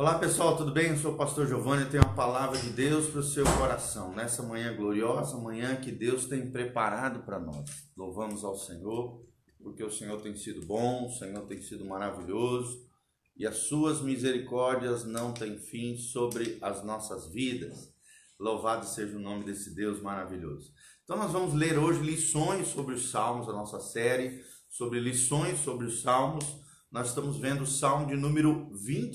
Olá pessoal, tudo bem? Eu sou o pastor Giovanni e tenho a palavra de Deus para o seu coração. Nessa manhã gloriosa, manhã que Deus tem preparado para nós. Louvamos ao Senhor, porque o Senhor tem sido bom, o Senhor tem sido maravilhoso e as suas misericórdias não têm fim sobre as nossas vidas. Louvado seja o nome desse Deus maravilhoso. Então nós vamos ler hoje lições sobre os Salmos, a nossa série sobre lições sobre os Salmos. Nós estamos vendo o Salmo de número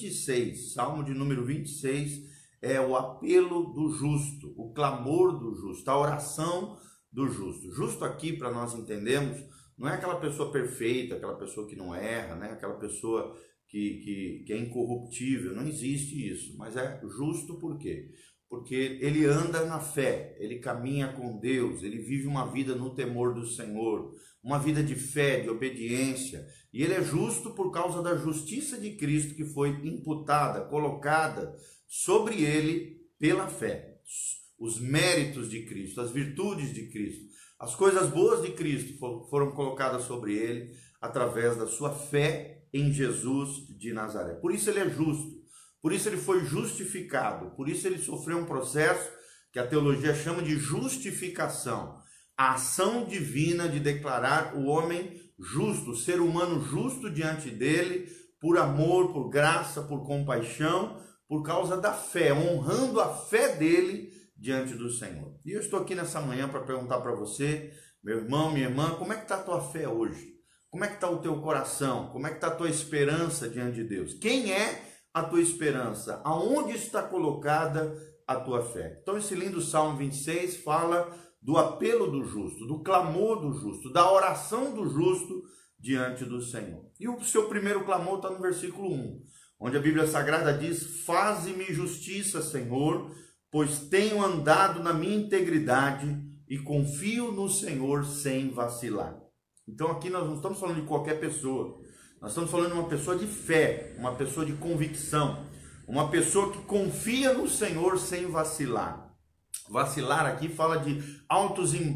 26. Salmo de número 26 é o apelo do justo, o clamor do justo, a oração do justo. Justo aqui, para nós entendermos, não é aquela pessoa perfeita, aquela pessoa que não erra, né? Aquela pessoa que é incorruptível. Não existe isso, mas é justo por quê? Porque ele anda na fé, ele caminha com Deus, ele vive uma vida no temor do Senhor, uma vida de fé, de obediência, e ele é justo por causa da justiça de Cristo que foi imputada, colocada sobre ele pela fé. Os méritos de Cristo, as virtudes de Cristo, as coisas boas de Cristo foram colocadas sobre ele através da sua fé em Jesus de Nazaré. Por isso ele é justo. Por isso ele foi justificado, por isso ele sofreu um processo que a teologia chama de justificação. A ação divina de declarar o homem justo, o ser humano justo diante dele, por amor, por graça, por compaixão, por causa da fé, honrando a fé dele diante do Senhor. E eu estou aqui nessa manhã para perguntar para você, meu irmão, minha irmã, como é que está a tua fé hoje? Como é que está o teu coração? Como é que está a tua esperança diante de Deus? Quem é a tua esperança? Aonde está colocada a tua fé? Então esse lindo Salmo 26 fala do apelo do justo, do clamor do justo, da oração do justo diante do Senhor. E o seu primeiro clamor está no versículo 1, onde a Bíblia Sagrada diz: faze-me justiça, Senhor, pois tenho andado na minha integridade e confio no Senhor sem vacilar. Então aqui nós não estamos falando de qualquer pessoa. Nós estamos falando de uma pessoa de fé, uma pessoa de convicção, uma pessoa que confia no Senhor sem vacilar. Vacilar aqui fala de altos e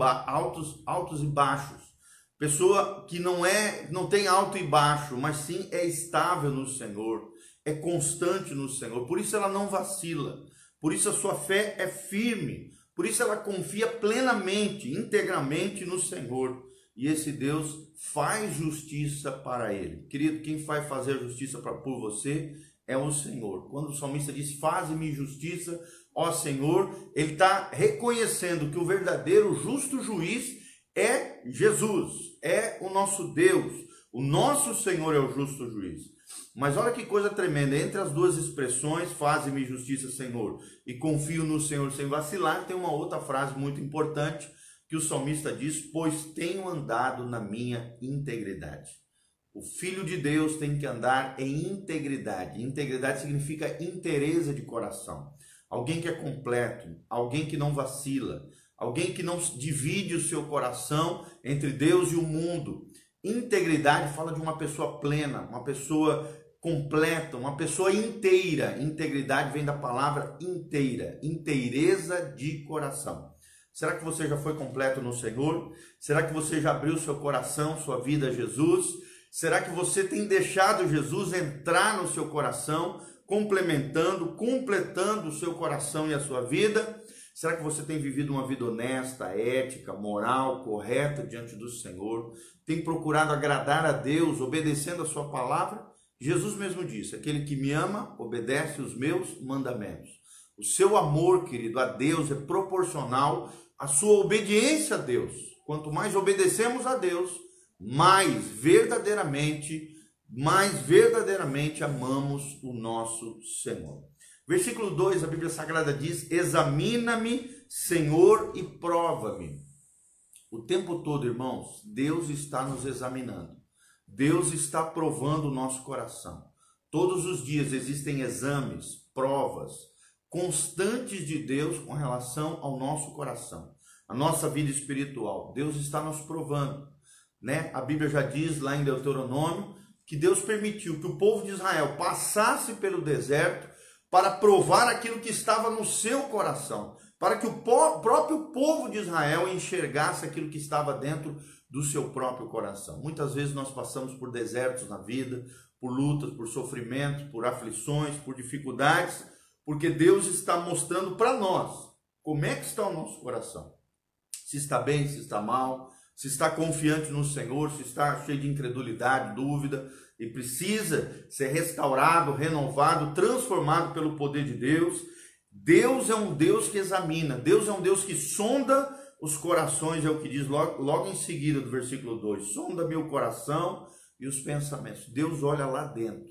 baixos. Pessoa que não tem alto e baixo, mas sim é estável no Senhor, é constante no Senhor. Por isso ela não vacila, por isso a sua fé é firme, por isso ela confia plenamente, integramente no Senhor. E esse Deus faz justiça para ele. Querido, quem vai fazer justiça por você é o Senhor. Quando o salmista diz: faze-me justiça, ó Senhor, ele está reconhecendo que o verdadeiro justo juiz é Jesus, é o nosso Deus. O nosso Senhor é o justo juiz. Mas olha que coisa tremenda, entre as duas expressões, faze-me justiça, Senhor, e confio no Senhor sem vacilar, tem uma outra frase muito importante, que o salmista diz: pois tenho andado na minha integridade. O Filho de Deus tem que andar em integridade. Integridade significa inteireza de coração. Alguém que é completo, alguém que não vacila, alguém que não divide o seu coração entre Deus e o mundo. Integridade fala de uma pessoa plena, uma pessoa completa, uma pessoa inteira. Integridade vem da palavra inteira, inteireza de coração. Será que você já foi completo no Senhor? Será que você já abriu seu coração, sua vida a Jesus? Será que você tem deixado Jesus entrar no seu coração, completando o seu coração e a sua vida? Será que você tem vivido uma vida honesta, ética, moral, correta diante do Senhor? Tem procurado agradar a Deus, obedecendo a sua palavra? Jesus mesmo disse: aquele que me ama, obedece os meus mandamentos. O seu amor, querido, a Deus é proporcional à sua obediência a Deus. Quanto mais obedecemos a Deus, mais verdadeiramente amamos o nosso Senhor. Versículo 2, a Bíblia Sagrada diz: examina-me, Senhor, e prova-me. O tempo todo, irmãos, Deus está nos examinando. Deus está provando o nosso coração. Todos os dias existem exames, provas constantes de Deus com relação ao nosso coração, a nossa vida espiritual. Deus está nos provando, né? A Bíblia já diz lá em Deuteronômio que Deus permitiu que o povo de Israel passasse pelo deserto para provar aquilo que estava no seu coração, para que o próprio povo de Israel enxergasse aquilo que estava dentro do seu próprio coração. Muitas vezes nós passamos por desertos na vida, por lutas, por sofrimentos, por aflições, por dificuldades, porque Deus está mostrando para nós como é que está o nosso coração. Se está bem, se está mal, se está confiante no Senhor, se está cheio de incredulidade, dúvida, e precisa ser restaurado, renovado, transformado pelo poder de Deus. Deus é um Deus que examina, Deus é um Deus que sonda os corações, é o que diz logo em seguida do versículo 2, sonda meu coração e os pensamentos. Deus olha lá dentro,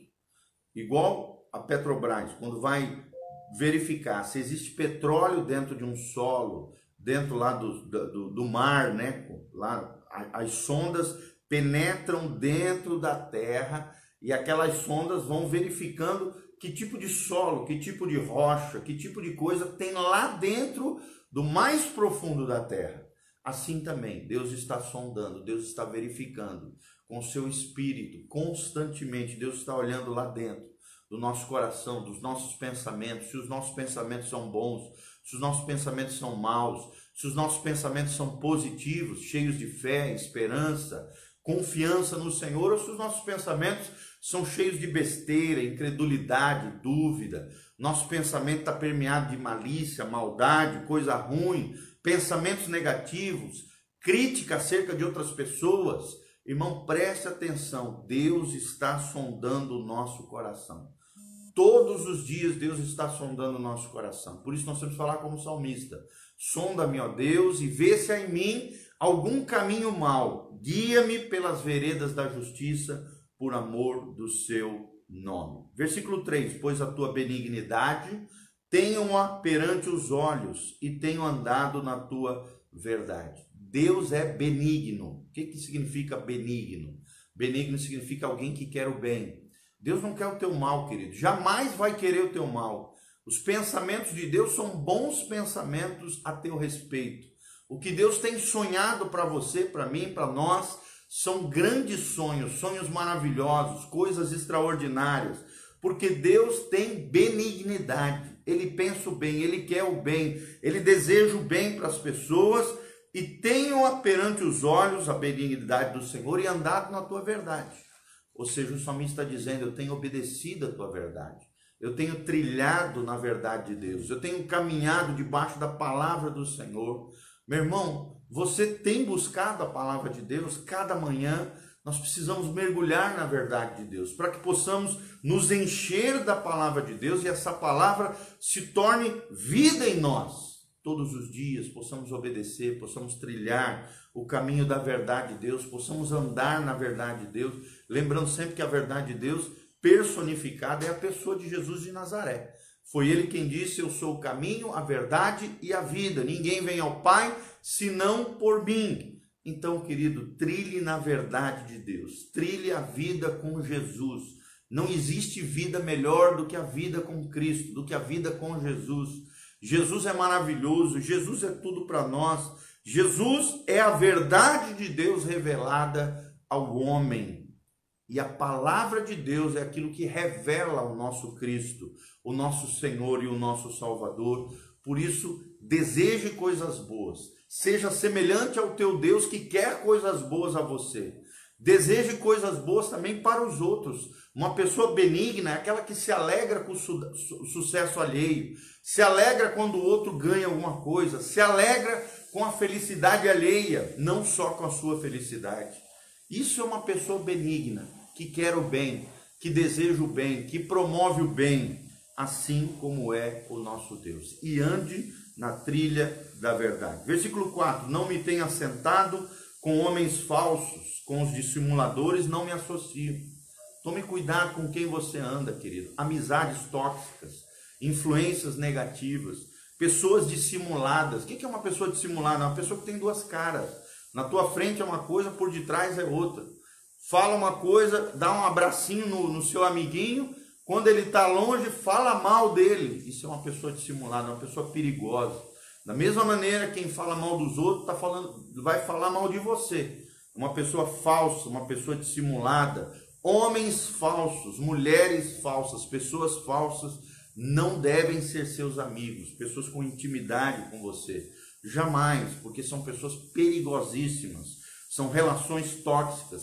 igual a Petrobras, quando vai verificar se existe petróleo dentro de um solo, dentro lá do mar, né? Lá, as sondas penetram dentro da terra e aquelas sondas vão verificando que tipo de solo, que tipo de rocha, que tipo de coisa tem lá dentro do mais profundo da terra. Assim também, Deus está sondando, Deus está verificando com o seu espírito, constantemente. Deus está olhando lá dentro do nosso coração, dos nossos pensamentos, se os nossos pensamentos são bons, se os nossos pensamentos são maus, se os nossos pensamentos são positivos, cheios de fé, esperança, confiança no Senhor, ou se os nossos pensamentos são cheios de besteira, incredulidade, dúvida. Nosso pensamento está permeado de malícia, maldade, coisa ruim, pensamentos negativos, crítica acerca de outras pessoas. Irmão, preste atenção, Deus está sondando o nosso coração. Todos os dias Deus está sondando o nosso coração. Por isso nós temos que falar como salmista. Sonda-me, ó Deus, e vê se há em mim algum caminho mau. Guia-me pelas veredas da justiça, por amor do seu nome. Versículo 3. Pois a tua benignidade tenho-a perante os olhos e tenho andado na tua verdade. Deus é benigno. O que significa benigno? Benigno significa alguém que quer o bem. Deus não quer o teu mal, querido. Jamais vai querer o teu mal. Os pensamentos de Deus são bons pensamentos a teu respeito. O que Deus tem sonhado para você, para mim, para nós, são grandes sonhos, sonhos maravilhosos, coisas extraordinárias. Porque Deus tem benignidade. Ele pensa o bem, Ele quer o bem, Ele deseja o bem para as pessoas. E tenho perante os olhos a benignidade do Senhor e andado na tua verdade. Ou seja, o salmista está dizendo, eu tenho obedecido a tua verdade. Eu tenho trilhado na verdade de Deus. Eu tenho caminhado debaixo da palavra do Senhor. Meu irmão, você tem buscado a palavra de Deus? Cada manhã nós precisamos mergulhar na verdade de Deus, para que possamos nos encher da palavra de Deus e essa palavra se torne vida em nós. Todos os dias possamos obedecer, possamos trilhar o caminho da verdade de Deus, possamos andar na verdade de Deus, lembrando sempre que a verdade de Deus personificada é a pessoa de Jesus de Nazaré. Foi ele quem disse, eu sou o caminho, a verdade e a vida. Ninguém vem ao Pai senão por mim. Então, querido, trilhe na verdade de Deus, trilhe a vida com Jesus. Não existe vida melhor do que a vida com Cristo, do que a vida com Jesus. Jesus é maravilhoso, Jesus é tudo para nós. Jesus é a verdade de Deus revelada ao homem. E a palavra de Deus é aquilo que revela o nosso Cristo, o nosso Senhor e o nosso Salvador. Por isso, deseje coisas boas. Seja semelhante ao teu Deus que quer coisas boas a você. Deseje coisas boas também para os outros. Uma pessoa benigna é aquela que se alegra com o sucesso alheio, se alegra quando o outro ganha alguma coisa, se alegra com a felicidade alheia, não só com a sua felicidade. Isso é uma pessoa benigna, que quer o bem, que deseja o bem, que promove o bem, assim como é o nosso Deus. E ande na trilha da verdade. Versículo 4, não me tenha assentado com homens falsos, com os dissimuladores não me associo. Tome cuidado com quem você anda, querido. Amizades tóxicas, influências negativas, pessoas dissimuladas. O que é uma pessoa dissimulada? É uma pessoa que tem duas caras. Na tua frente é uma coisa, por detrás é outra. Fala uma coisa, dá um abracinho no seu amiguinho, quando ele está longe, fala mal dele. Isso é uma pessoa dissimulada, uma pessoa perigosa. Da mesma maneira, quem fala mal dos outros vai falar mal de você. Uma pessoa falsa, uma pessoa dissimulada, homens falsos, mulheres falsas, pessoas falsas não devem ser seus amigos, pessoas com intimidade com você. Jamais, porque são pessoas perigosíssimas, são relações tóxicas.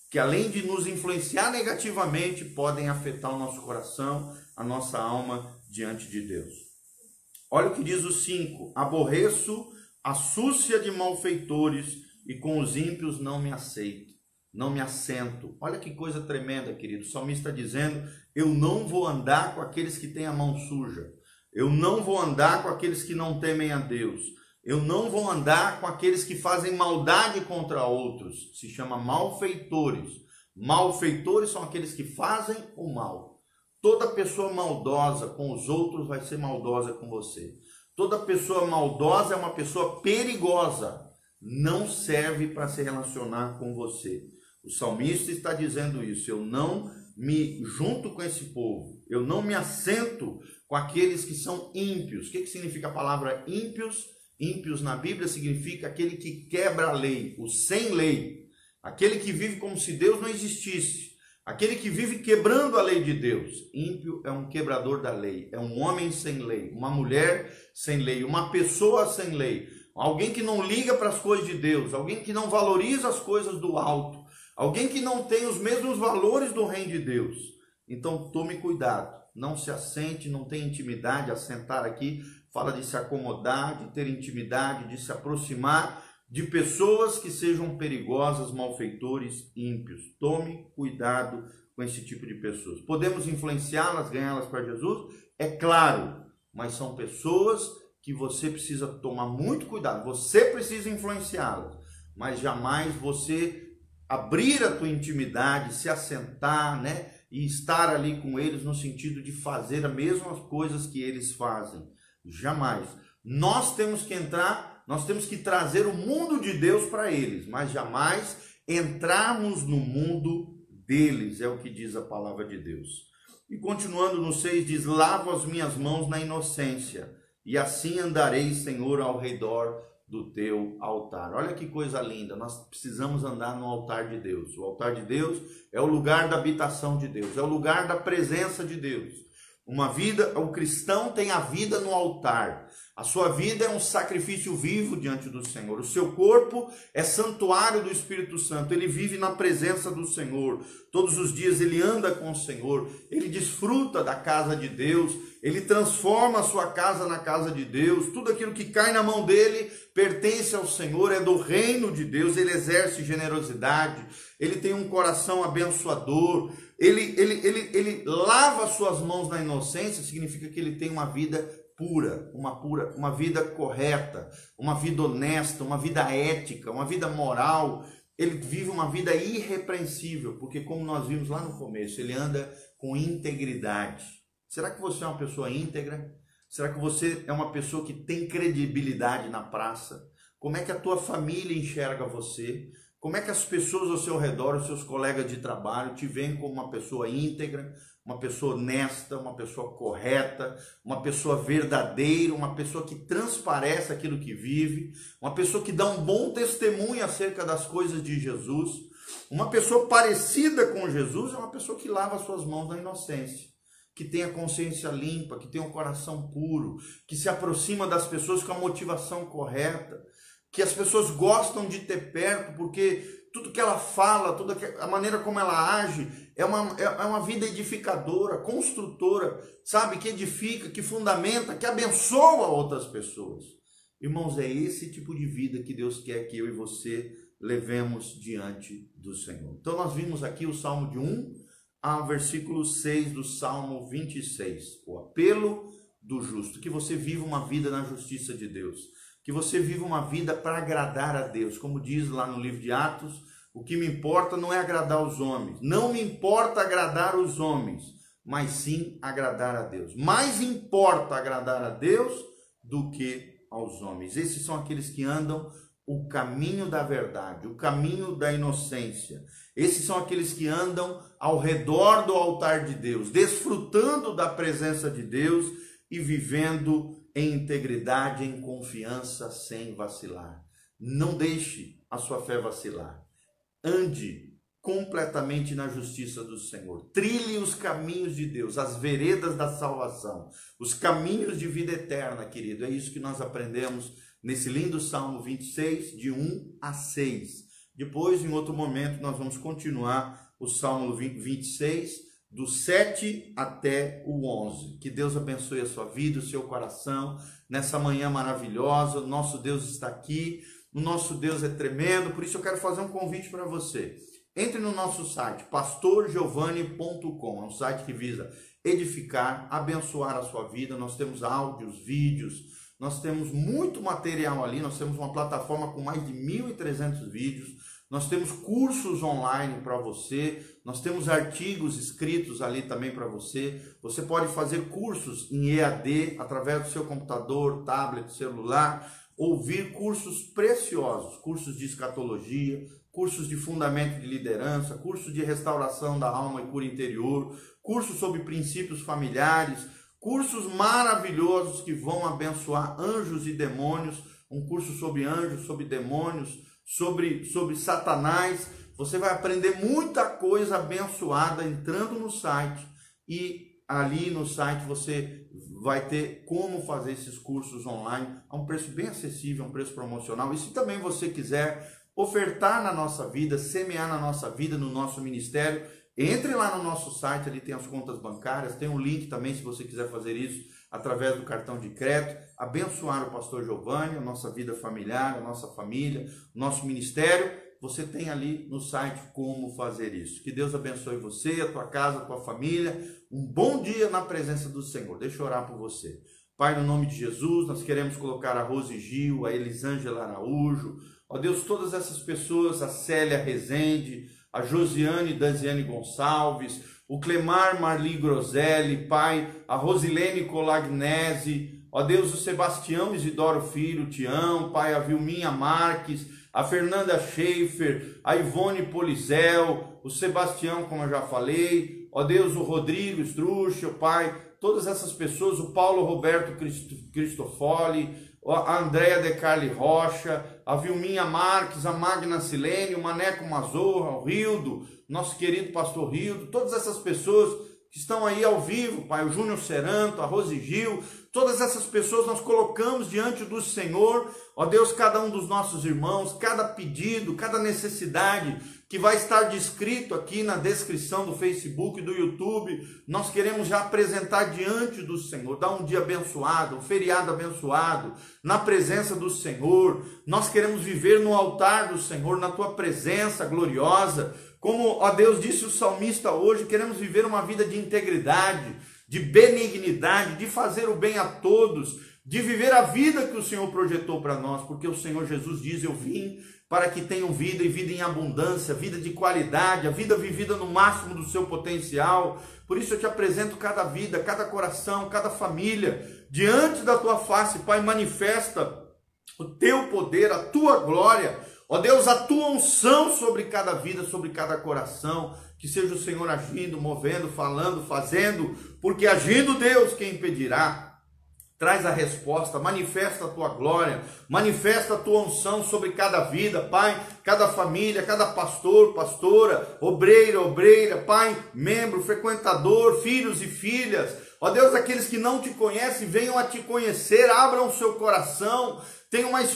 que além de nos influenciar negativamente, podem afetar o nosso coração, a nossa alma diante de Deus. Olha o que diz o 5: aborreço a súcia de malfeitores e com os ímpios não me aceito, não me assento. Olha que coisa tremenda, querido. O salmista está dizendo: eu não vou andar com aqueles que têm a mão suja, eu não vou andar com aqueles que não temem a Deus, eu não vou andar com aqueles que fazem maldade contra outros. Se chama malfeitores. Malfeitores são aqueles que fazem o mal. Toda pessoa maldosa com os outros vai ser maldosa com você. Toda pessoa maldosa é uma pessoa perigosa. Não serve para se relacionar com você. O salmista está dizendo isso: eu não me junto com esse povo, eu não me assento com aqueles que são ímpios. O que significa a palavra ímpios? Ímpios na Bíblia significa aquele que quebra a lei, o sem lei, aquele que vive como se Deus não existisse, aquele que vive quebrando a lei de Deus. Ímpio é um quebrador da lei, é um homem sem lei, uma mulher sem lei, uma pessoa sem lei, alguém que não liga para as coisas de Deus, alguém que não valoriza as coisas do alto, alguém que não tem os mesmos valores do reino de Deus. Então tome cuidado, não se assente, não tenha intimidade. Assentar aqui fala de se acomodar, de ter intimidade, de se aproximar de pessoas que sejam perigosas, malfeitores, ímpios. Tome cuidado com esse tipo de pessoas. Podemos influenciá-las, ganhá-las para Jesus? É claro, mas são pessoas que você precisa tomar muito cuidado. Você precisa influenciá-las, mas jamais você abrir a tua intimidade, se assentar, né, e estar ali com eles no sentido de fazer as mesmas coisas que eles fazem. Jamais. Nós temos que entrar, nós temos que trazer o mundo de Deus para eles, mas jamais entrarmos no mundo deles, é o que diz a palavra de Deus. E continuando no 6, diz: lavo as minhas mãos na inocência, e assim andarei, Senhor, ao redor do teu altar. Olha que coisa linda, nós precisamos andar no altar de Deus. O altar de Deus é o lugar da habitação de Deus, é o lugar da presença de Deus. O cristão tem a vida no altar. A sua vida é um sacrifício vivo diante do Senhor. O seu corpo é santuário do Espírito Santo. Ele vive na presença do Senhor. Todos os dias ele anda com o Senhor. Ele desfruta da casa de Deus. Ele transforma a sua casa na casa de Deus. Tudo aquilo que cai na mão dele pertence ao Senhor, é do reino de Deus. Ele exerce generosidade. Ele tem um coração abençoador. Ele lava suas mãos na inocência, significa que ele tem uma vida pura, uma vida correta, uma vida honesta, uma vida ética, uma vida moral. Ele vive uma vida irrepreensível, porque como nós vimos lá no começo, ele anda com integridade. Será que você é uma pessoa íntegra? Será que você é uma pessoa que tem credibilidade na praça? Como é que a tua família enxerga você? Como é que as pessoas ao seu redor, os seus colegas de trabalho, te veem como uma pessoa íntegra, uma pessoa honesta, uma pessoa correta, uma pessoa verdadeira, uma pessoa que transparece aquilo que vive, uma pessoa que dá um bom testemunho acerca das coisas de Jesus? Uma pessoa parecida com Jesus é uma pessoa que lava suas mãos na inocência, que tem a consciência limpa, que tem um coração puro, que se aproxima das pessoas com a motivação correta, que as pessoas gostam de ter perto, porque tudo que ela fala, a maneira como ela age, é uma vida edificadora, construtora, sabe? Que edifica, que fundamenta, que abençoa outras pessoas. Irmãos, é esse tipo de vida que Deus quer que eu e você levemos diante do Senhor. Então nós vimos aqui o Salmo de 1 ao versículo 6 do Salmo 26, o apelo do justo, que você viva uma vida na justiça de Deus, que você viva uma vida para agradar a Deus. Como diz lá no livro de Atos, o que me importa não é agradar os homens, não me importa agradar os homens, mas sim agradar a Deus. Mais importa agradar a Deus do que aos homens. Esses são aqueles que andam o caminho da verdade, o caminho da inocência. Esses são aqueles que andam ao redor do altar de Deus, desfrutando da presença de Deus e vivendo em integridade, em confiança, sem vacilar. Não deixe a sua fé vacilar. Ande completamente na justiça do Senhor. Trilhe os caminhos de Deus, as veredas da salvação, os caminhos de vida eterna, querido. É isso que nós aprendemos nesse lindo Salmo 26, de 1 a 6. Depois, em outro momento, nós vamos continuar o Salmo 26, do 7 até o 11. Que Deus abençoe a sua vida, o seu coração, nessa manhã maravilhosa. O nosso Deus está aqui, o nosso Deus é tremendo, por isso eu quero fazer um convite para você. Entre no nosso site, pastorgiovanni.com, é um site que visa edificar, abençoar a sua vida. Nós temos áudios, vídeos, nós temos muito material ali, nós temos uma plataforma com mais de 1.300 vídeos, nós temos cursos online para você, nós temos artigos escritos ali também para você. Você pode fazer cursos em EAD, através do seu computador, tablet, celular, ouvir cursos preciosos, cursos de escatologia, cursos de fundamento de liderança, cursos de restauração da alma e cura interior, cursos sobre princípios familiares, cursos maravilhosos que vão abençoar anjos e demônios, um curso sobre anjos, sobre demônios, sobre Satanás. Você vai aprender muita coisa abençoada entrando no site, e ali no site você vai ter como fazer esses cursos online a um preço bem acessível, um preço promocional. E se também você quiser ofertar na nossa vida, semear na nossa vida, no nosso ministério, entre lá no nosso site, ali tem as contas bancárias, tem um link também se você quiser fazer isso através do cartão de crédito, abençoar o pastor Giovanni, a nossa vida familiar, a nossa família, o nosso ministério. Você tem ali no site como fazer isso. Que Deus abençoe você, a tua casa, a tua família. Um bom dia na presença do Senhor. Deixa eu orar por você. Pai, no nome de Jesus, nós queremos colocar a Rose Gil, a Elisângela Araújo, ó Deus, todas essas pessoas, a Célia Rezende, a Josiane Danziane Gonçalves, o Clemar Marli Groselli, Pai, a Rosilene Colagnese, ó Deus, o Sebastião Isidoro Filho, Tião, Pai, a Vilminha Marques, a Fernanda Schaefer, a Ivone Polizel, o Sebastião, como eu já falei, ó Deus, o Rodrigo Strucha, Pai, todas essas pessoas, o Paulo Roberto Cristofoli, a Andréa De Carli Rocha, a Vilminha Marques, a Magna Silene, o Maneco Mazorra, o Rildo, nosso querido pastor Rildo, todas essas pessoas que estão aí ao vivo, Pai, o Júnior Seranto, a Rose Gil, todas essas pessoas nós colocamos diante do Senhor, ó Deus, cada um dos nossos irmãos, cada pedido, cada necessidade que vai estar descrito aqui na descrição do Facebook e do YouTube, nós queremos já apresentar diante do Senhor, dar um dia abençoado, um feriado abençoado, na presença do Senhor. Nós queremos viver no altar do Senhor, na tua presença gloriosa, como, ó Deus, disse o salmista hoje, queremos viver uma vida de integridade, de benignidade, de fazer o bem a todos, de viver a vida que o Senhor projetou para nós, porque o Senhor Jesus diz, eu vim para que tenham vida e vida em abundância, vida de qualidade, a vida vivida no máximo do seu potencial. Por isso eu te apresento cada vida, cada coração, cada família, diante da tua face, Pai, manifesta o teu poder, a tua glória, ó Deus, a tua unção sobre cada vida, sobre cada coração, que seja o Senhor agindo, movendo, falando, fazendo, porque agindo Deus, quem impedirá? Traz a resposta, manifesta a tua glória, manifesta a tua unção sobre cada vida, Pai, cada família, cada pastor, pastora, obreira, Pai, membro, frequentador, filhos e filhas. Ó Deus, aqueles que não te conhecem, venham a te conhecer, abram o seu coração, tenham a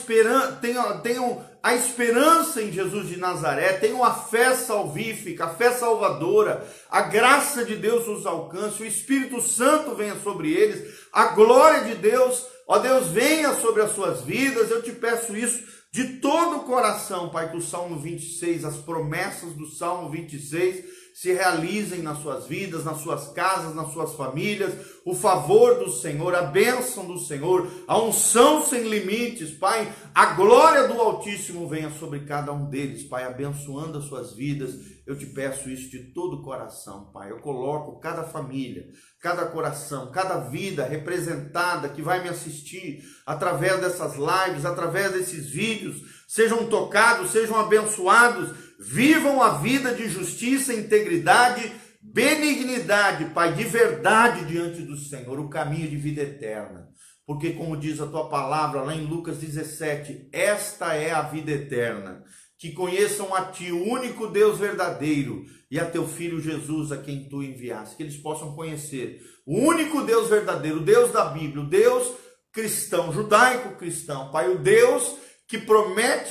esperança em Jesus de Nazaré, tenham a fé salvífica, a fé salvadora, a graça de Deus os alcance, o Espírito Santo venha sobre eles, a glória de Deus, ó Deus, venha sobre as suas vidas. Eu te peço isso de todo o coração, Pai, que o Salmo 26, as promessas do Salmo 26 se realizem nas suas vidas, nas suas casas, nas suas famílias, o favor do Senhor, a bênção do Senhor, a unção sem limites, Pai, a glória do Altíssimo venha sobre cada um deles, Pai, abençoando as suas vidas. Eu te peço isso de todo o coração, Pai. Eu coloco cada família, cada coração, cada vida representada que vai me assistir através dessas lives, através desses vídeos, sejam tocados, sejam abençoados, vivam a vida de justiça, integridade, benignidade, Pai, de verdade diante do Senhor, o caminho de vida eterna. Porque como diz a tua palavra lá em Lucas 17, esta é a vida eterna, que conheçam a ti, o único Deus verdadeiro, e a teu Filho Jesus, a quem tu enviaste, que eles possam conhecer o único Deus verdadeiro, o Deus da Bíblia, o Deus cristão, judaico-cristão, Pai, o Deus que promete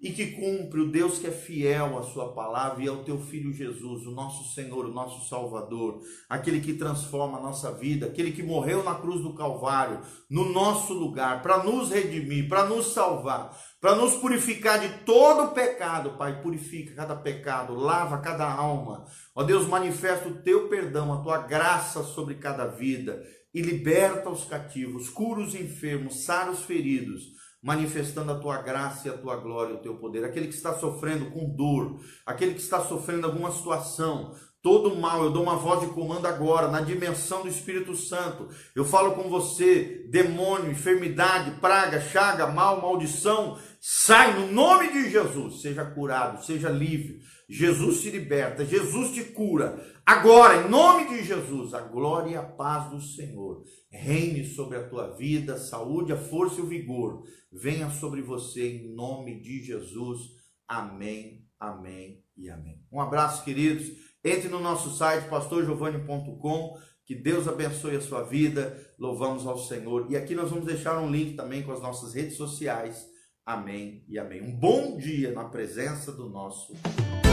e que cumpre, o Deus que é fiel à sua palavra, e é o teu Filho Jesus, o nosso Senhor, o nosso Salvador, aquele que transforma a nossa vida, aquele que morreu na cruz do Calvário, no nosso lugar, para nos redimir, para nos salvar, para nos purificar de todo pecado. Pai, purifica cada pecado, lava cada alma. Ó Deus, manifesta o teu perdão, a tua graça sobre cada vida, e liberta os cativos, cura os enfermos, sara os feridos, manifestando a tua graça e a tua glória, o teu poder. Aquele que está sofrendo com dor, aquele que está sofrendo alguma situação, todo mal, eu dou uma voz de comando agora, na dimensão do Espírito Santo. Eu falo com você, demônio, enfermidade, praga, chaga, mal, maldição, sai no nome de Jesus. Seja curado, seja livre. Jesus te liberta, Jesus te cura. Agora, em nome de Jesus, a glória e a paz do Senhor reine sobre a tua vida, a saúde, a força e o vigor venha sobre você em nome de Jesus. Amém, amém e amém. Um abraço, queridos. Entre no nosso site pastorgiovani.com. Que Deus abençoe a sua vida. Louvamos ao Senhor. E aqui nós vamos deixar um link também com as nossas redes sociais. Amém e amém. Um bom dia na presença do nosso